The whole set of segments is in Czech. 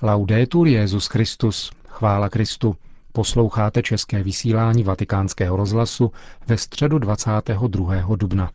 Laudetur Jesus Christus, chvála Kristu. Posloucháte české vysílání Vatikánského rozhlasu ve středu 22. dubna.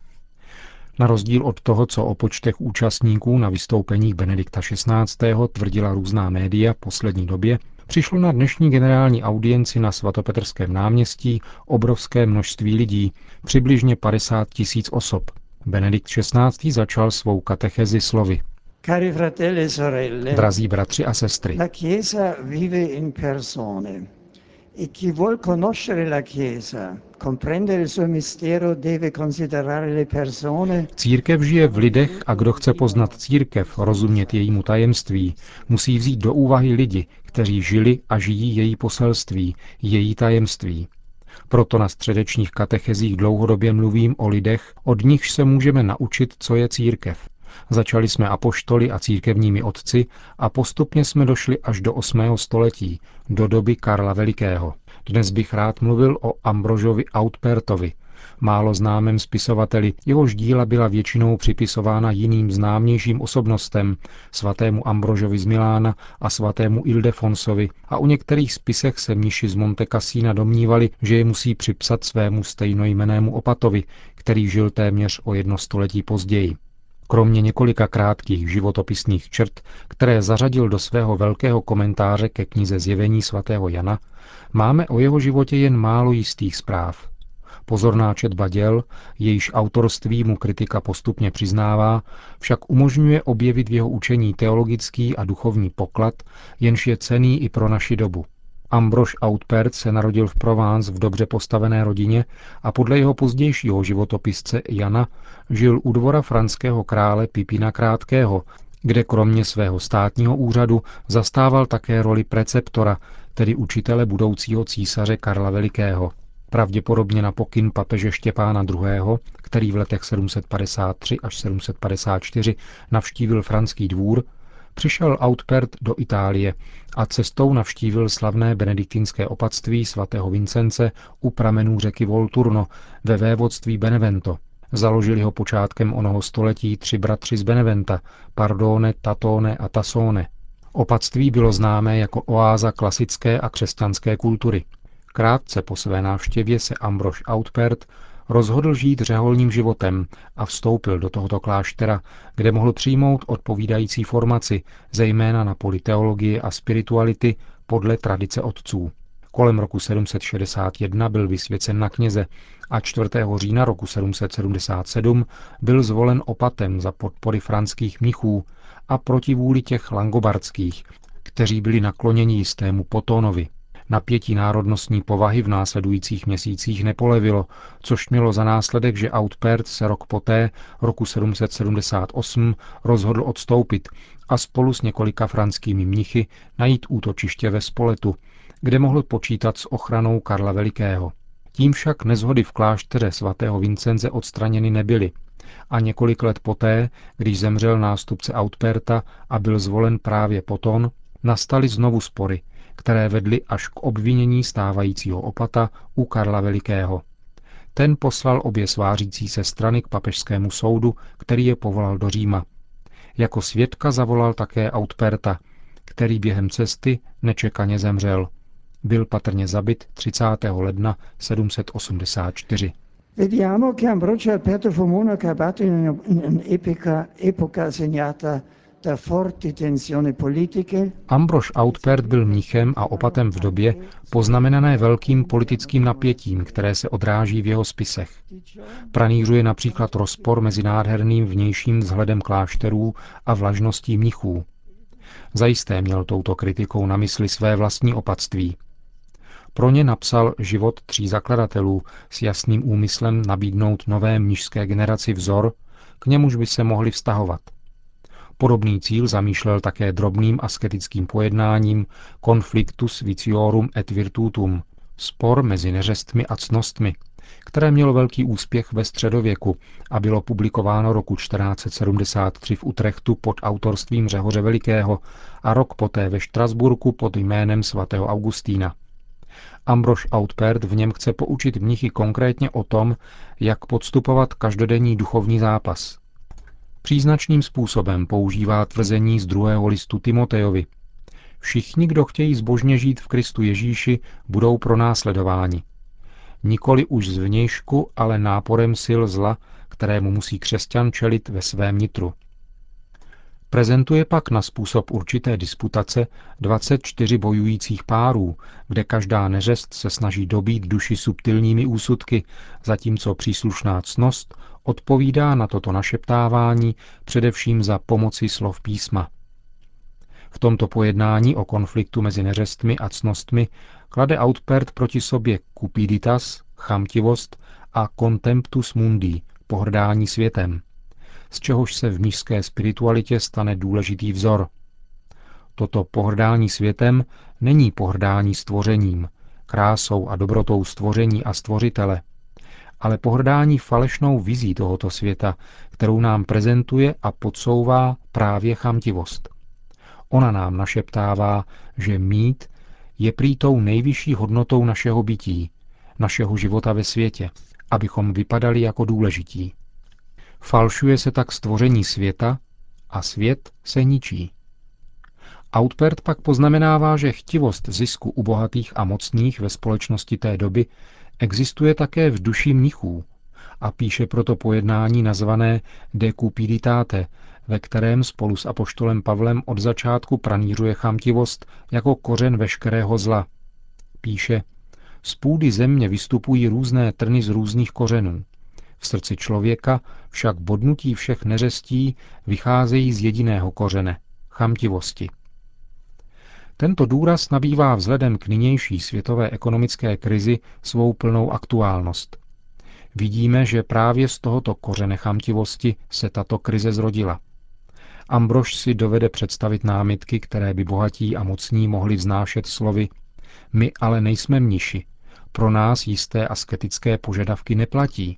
Na rozdíl od toho, co o počtech účastníků na vystoupeních Benedikta XVI. Tvrdila různá média v poslední době, přišlo na dnešní generální audienci na svatopetrském náměstí obrovské množství lidí, přibližně 50 000 osob. Benedikt XVI. Začal svou katechezi slovy. Cari fratelli e sorelle, Drazí bratři a sestry, la Chiesa vive in persone e chi vuol conoscere la Chiesa, comprendere il suo mistero, deve considerare le persone. Církev žije v lidech a kdo chce poznat církev, rozumět jejímu tajemství, musí vzít do úvahy lidi, kteří žili a žijí její poselství, její tajemství. Proto na středečních katechezích dlouhodobě mluvím o lidech, od nichž se můžeme naučit, co je církev. Začali jsme apoštoly a církevními otci a postupně jsme došli až do 8. století, do doby Karla Velikého. Dnes bych rád mluvil o Ambrožovi Autpertovi, málo známém spisovateli, jehož díla byla většinou připisována jiným známějším osobnostem, svatému Ambrožovi z Milána a svatému Ildefonsovi, a o některých spisech se mniši z Monte Cassina domnívali, že je musí připsat svému stejnojmennému opatovi, který žil téměř o 1 století později. Kromě několika krátkých životopisných črt, které zařadil do svého velkého komentáře ke knize Zjevení svatého Jana, máme o jeho životě jen málo jistých zpráv. Pozorná četba děl, jejíž autorství mu kritika postupně přiznává, však umožňuje objevit v jeho učení teologický a duchovní poklad, jenž je cenný i pro naši dobu. Ambrož Autpert se narodil v Provence v dobře postavené rodině a podle jeho pozdějšího životopisce Jana žil u dvora franského krále Pipina Krátkého, kde kromě svého státního úřadu zastával také roli preceptora, tedy učitele budoucího císaře Karla Velikého. Pravděpodobně na pokyn papeže Štěpána II., který v letech 753 až 754 navštívil franský dvůr, přišel Autpert do Itálie a cestou navštívil slavné benediktinské opatství svatého Vincence u pramenů řeky Volturno ve vévodství Benevento. Založili ho počátkem onoho století 3 bratři z Beneventa, Pardone, Tatone a Tassone. Opatství bylo známé jako oáza klasické a křesťanské kultury. Krátce po své návštěvě se Ambrož Autpert rozhodl žít řeholním životem a vstoupil do tohoto kláštera, kde mohl přijmout odpovídající formaci, zejména na poli teologie a spirituality podle tradice otců. Kolem roku 761 byl vysvěcen na kněze a 4. října roku 777 byl zvolen opatem za podpory franských mnichů a proti vůli těch langobardských, kteří byli nakloněni jistému Potonovi. Napětí národnostní povahy v následujících měsících nepolevilo, což mělo za následek, že Autpert se rok poté, roku 778, rozhodl odstoupit a spolu s několika franskými mnichy najít útočiště ve Spoletu, kde mohl počítat s ochranou Karla Velikého. Tím však neshody v klášteře svatého Vincence odstraněny nebyly a několik let poté, když zemřel nástupce Autperta a byl zvolen právě Poton, nastaly znovu spory, které vedly až k obvinění stávajícího opata u Karla Velikého. Ten poslal obě svářící se strany k papežskému soudu, který je povolal do Říma. Jako svědka zavolal také Autperta, který během cesty nečekaně zemřel. Byl patrně zabit 30. ledna 784. Vediamo che Ambrogio Alberto fu monaco abbato in un'epoca segnata da forti tensioni politiche. Ambrož Autpert byl mnichem a opatem v době poznamenané velkým politickým napětím, které se odráží v jeho spisech. Pranířuje například rozpor mezi nádherným vnějším vzhledem klášterů a vlažností mnichů. Zajisté měl touto kritikou na mysli své vlastní opatství. Pro ně napsal Život 3 zakladatelů s jasným úmyslem nabídnout nové mnišské generaci vzor, k němuž by se mohli vztahovat. Podobný cíl zamýšlel také drobným asketickým pojednáním Conflictus viciorum et virtutum, spor mezi neřestmi a ctnostmi, které mělo velký úspěch ve středověku a bylo publikováno roku 1473 v Utrechtu pod autorstvím Řehoře Velikého a rok poté ve Štrasburku pod jménem svatého Augustína. Ambrož Autpert v něm chce poučit mnichy konkrétně o tom, jak podstupovat každodenní duchovní zápas. Příznačným způsobem používá tvrzení z 2. listu Timotejovi. Všichni, kdo chtějí zbožně žít v Kristu Ježíši, budou pronásledováni. Nikoli už zvnějšku, ale náporem sil zla, kterému musí křesťan čelit ve svém nitru. Prezentuje pak na způsob určité disputace 24 bojujících párů, kde každá neřest se snaží dobít duši subtilními úsudky, zatímco příslušná ctnost odpovídá na toto našeptávání především za pomoci slov písma. V tomto pojednání o konfliktu mezi neřestmi a ctnostmi klade Autpert proti sobě cupiditas, chamtivost a contemptus mundi, pohrdání světem, z čehož se v mnišské spiritualitě stane důležitý vzor. Toto pohrdání světem není pohrdání stvořením, krásou a dobrotou stvoření a stvořitele, ale pohrdání falešnou vizí tohoto světa, kterou nám prezentuje a podsouvá právě chamtivost. Ona nám našeptává, že mít je prý tou nejvyšší hodnotou našeho bytí, našeho života ve světě, abychom vypadali jako důležití. Falšuje se tak stvoření světa a svět se ničí. Autpert pak poznamenává, že chtivost zisku u bohatých a mocných ve společnosti té doby existuje také v duši mnichů a píše proto pojednání nazvané De cupiditate, ve kterém spolu s apoštolem Pavlem od začátku pranířuje chamtivost jako kořen veškerého zla. Píše, z půdy země vystupují různé trny z různých kořenů. V srdci člověka však bodnutí všech neřestí vycházejí z jediného kořene, chamtivosti. Tento důraz nabývá vzhledem k nynější světové ekonomické krizi svou plnou aktuálnost. Vidíme, že právě z tohoto kořene chamtivosti se tato krize zrodila. Ambrož si dovede představit námitky, které by bohatí a mocní mohli vznášet slovy: my ale nejsme mniši, pro nás jisté asketické požadavky neplatí.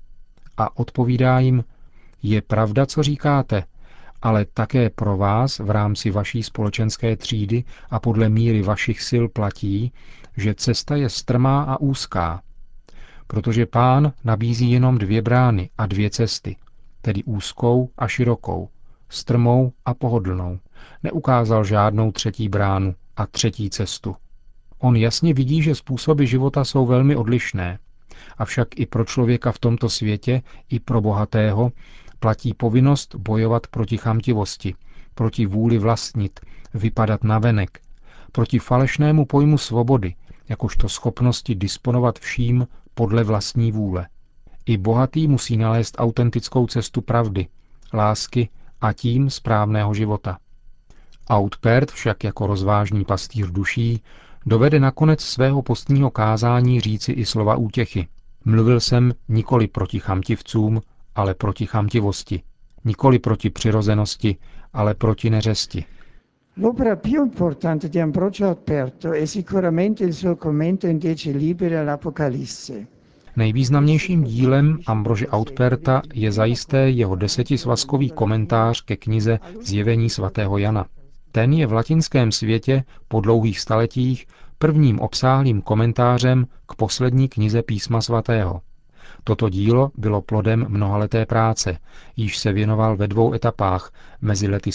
A odpovídá jim, je pravda, co říkáte, ale také pro vás v rámci vaší společenské třídy a podle míry vašich sil platí, že cesta je strmá a úzká. Protože Pán nabízí jenom 2 brány a 2 cesty, tedy úzkou a širokou, strmou a pohodlnou. Neukázal žádnou 3. bránu a 3. cestu. On jasně vidí, že způsoby života jsou velmi odlišné. Avšak i pro člověka v tomto světě, i pro bohatého, platí povinnost bojovat proti chamtivosti, proti vůli vlastnit, vypadat navenek, proti falešnému pojmu svobody, jakožto schopnosti disponovat vším podle vlastní vůle. I bohatý musí nalézt autentickou cestu pravdy, lásky a tím správného života. Autpert však jako rozvážný pastýř duší dovede nakonec svého postního kázání říci i slova útěchy. Mluvil jsem nikoli proti chamtivcům, ale proti chamtivosti. Nikoli proti přirozenosti, ale proti neřesti. L'opera più importante di Ambrogio Aperto è sicuramente il suo commento in 10 libri dell'Apocalisse. Nejvýznamnějším dílem Ambrože Autperta je zajisté jeho 10svazkový komentář ke knize Zjevení svatého Jana. Ten je v latinském světě po dlouhých staletích prvním obsáhlým komentářem k poslední knize Písma svatého. Toto dílo bylo plodem mnohaleté práce, jíž se věnoval ve 2 etapách mezi lety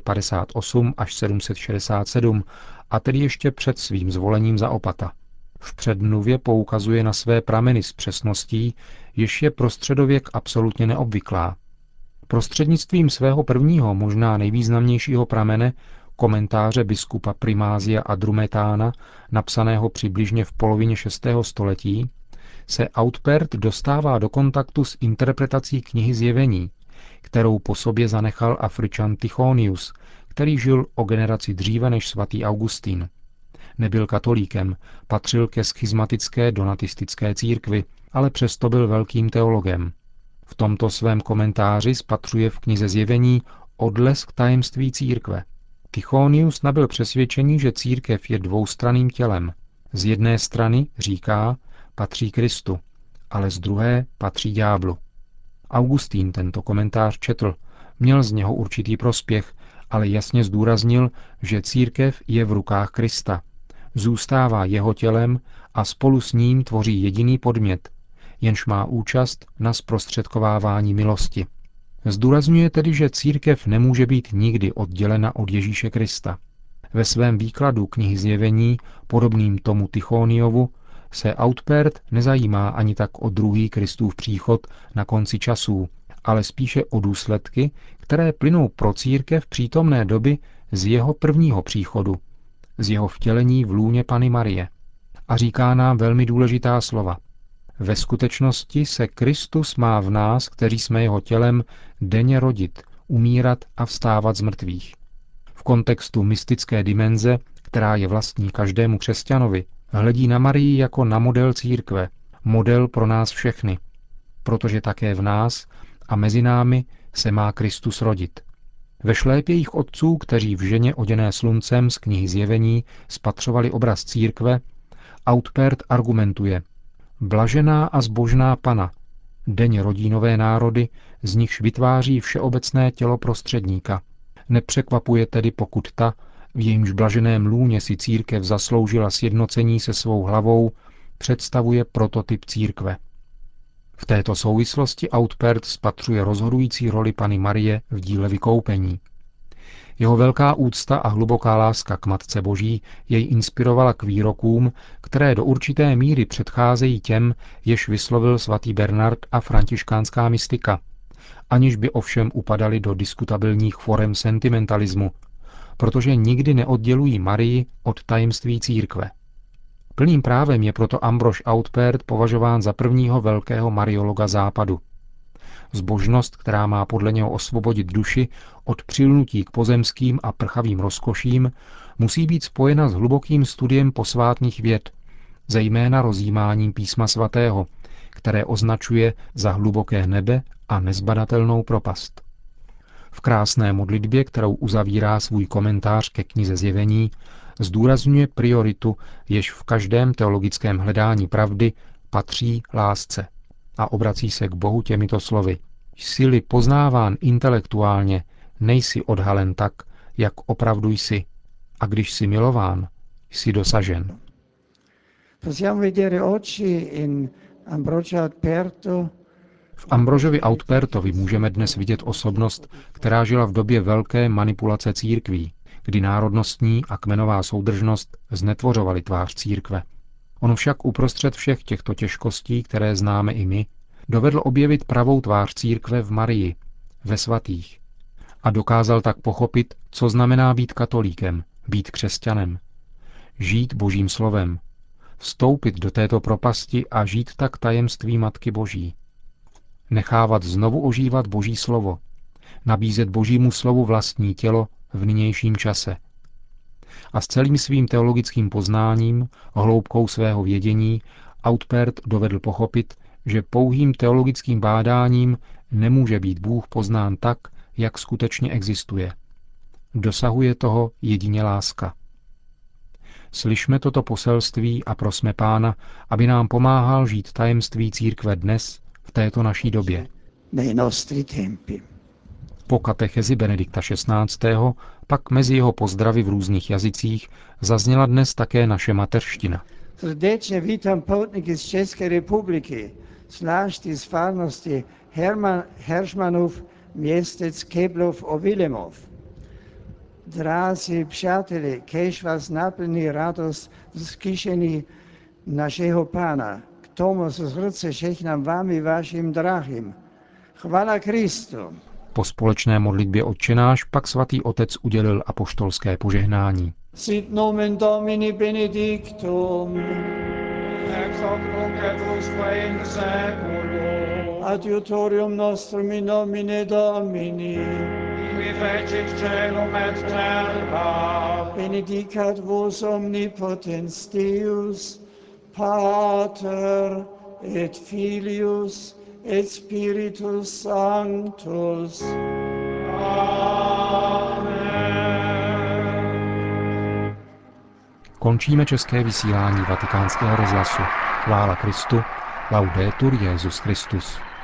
758 až 767, a tedy ještě před svým zvolením za opata. V předmluvě poukazuje na své prameny s přesností, jež je pro středověk absolutně neobvyklá. Prostřednictvím svého prvního, možná nejvýznamnějšího pramene, komentáře biskupa Primázia Adrumetána, napsaného přibližně v polovině 6. století, se Autpert dostává do kontaktu s interpretací knihy Zjevení, kterou po sobě zanechal Afričan Tychonius, který žil o generaci dříve než svatý Augustín. Nebyl katolíkem, patřil ke schizmatické donatistické církvi, ale přesto byl velkým teologem. V tomto svém komentáři spatřuje v knize Zjevení odlesk tajemství církve. Tychonius nabyl přesvědčení, že církev je dvoustranným tělem. Z jedné strany, říká, patří Kristu, ale z druhé patří ďáblu. Augustín tento komentář četl, měl z něho určitý prospěch, ale jasně zdůraznil, že církev je v rukách Krista, zůstává jeho tělem a spolu s ním tvoří jediný podmět, jenž má účast na zprostředkovávání milosti. Zdůrazňuje tedy, že církev nemůže být nikdy oddělena od Ježíše Krista. Ve svém výkladu knihy Zjevení, podobným tomu Tychoniovu, se Autpert nezajímá ani tak o druhý Kristův příchod na konci časů, ale spíše o důsledky, které plynou pro církev přítomné doby z jeho prvního příchodu, z jeho vtělení v lůně Panny Marie. A říká nám velmi důležitá slova. Ve skutečnosti se Kristus má v nás, kteří jsme jeho tělem, denně rodit, umírat a vstávat z mrtvých. V kontextu mystické dimenze, která je vlastní každému křesťanovi, hledí na Marii jako na model církve, model pro nás všechny, protože také v nás a mezi námi se má Kristus rodit. Ve šlépějích otců, kteří v ženě oděné sluncem z knihy Zjevení spatřovali obraz církve, Autpert argumentuje: Blažená a zbožná Panna, denně rodí nové národy, z nichž vytváří všeobecné tělo prostředníka. Nepřekvapuje tedy, pokud ta, v jejímž blaženém lůně si církev zasloužila sjednocení se svou hlavou, představuje prototyp církve. V této souvislosti Autpert spatřuje rozhodující roli Panny Marie v díle vykoupení. Jeho velká úcta a hluboká láska k Matce Boží jej inspirovala k výrokům, které do určité míry předcházejí těm, jež vyslovil svatý Bernard a františkánská mystika, aniž by ovšem upadali do diskutabilních forem sentimentalismu, protože nikdy neoddělují Marii od tajemství církve. Plným právem je proto Ambrož Autpert považován za prvního velkého mariologa západu. Zbožnost, která má podle něho osvobodit duši od přilnutí k pozemským a prchavým rozkoším, musí být spojena s hlubokým studiem posvátných věd, zejména rozjímáním písma svatého, které označuje za hluboké nebe a nezbadatelnou propast. V krásné modlitbě, kterou uzavírá svůj komentář ke knize Zjevení, zdůrazňuje prioritu, jež v každém teologickém hledání pravdy patří lásce. A obrací se k Bohu těmito slovy. Jsi-li poznáván intelektuálně, nejsi odhalen tak, jak opravdu jsi. A když jsi milován, jsi dosažen. V Ambrožovi Autpertovi můžeme dnes vidět osobnost, která žila v době velké manipulace církví, kdy národnostní a kmenová soudržnost znetvořovaly tvář církve. On však uprostřed všech těchto těžkostí, které známe i my, dovedl objevit pravou tvář církve v Marii, ve svatých. A dokázal tak pochopit, co znamená být katolíkem, být křesťanem. Žít Božím slovem. Vstoupit do této propasti a žít tak tajemství Matky Boží. Nechávat znovu ožívat Boží slovo. Nabízet Božímu slovu vlastní tělo v nynějším čase. A s celým svým teologickým poznáním, hloubkou svého vědění, Autpert dovedl pochopit, že pouhým teologickým bádáním nemůže být Bůh poznán tak, jak skutečně existuje. Dosahuje toho jedině láska. Slyšme toto poselství a prosme Pána, aby nám pomáhal žít tajemství církve dnes, v této naší době. Po katechezi Benedikta XVI. Pak mezi jeho pozdravy v různých jazycích zazněla dnes také naše mateřština. Srdečně vítám poutníky z České republiky, zvláště z farnosti Heršmanův městec Keblov o Vilemov. Drazí přáteli, kéž vás naplní radost z kišení našeho Pána. K tomu z srdce žehnám vám i vašim drahým. Chvála Kristu. Po společné modlitbě Otčenáš pak svatý otec udělil apoštolské požehnání. Sit nomen Domini benedictum. Ex hoc nunc et usque in saeculum. Adiutorium nostrum in nomine Domini. Qui fecit caelum et terra. Benedicat vos omnipotens Deus, Pater et Filius et Spiritus Sanctus. Amen. Končíme české vysílání Vatikánského rozhlasu. Chvála Kristu, laudetur Jesus Christus.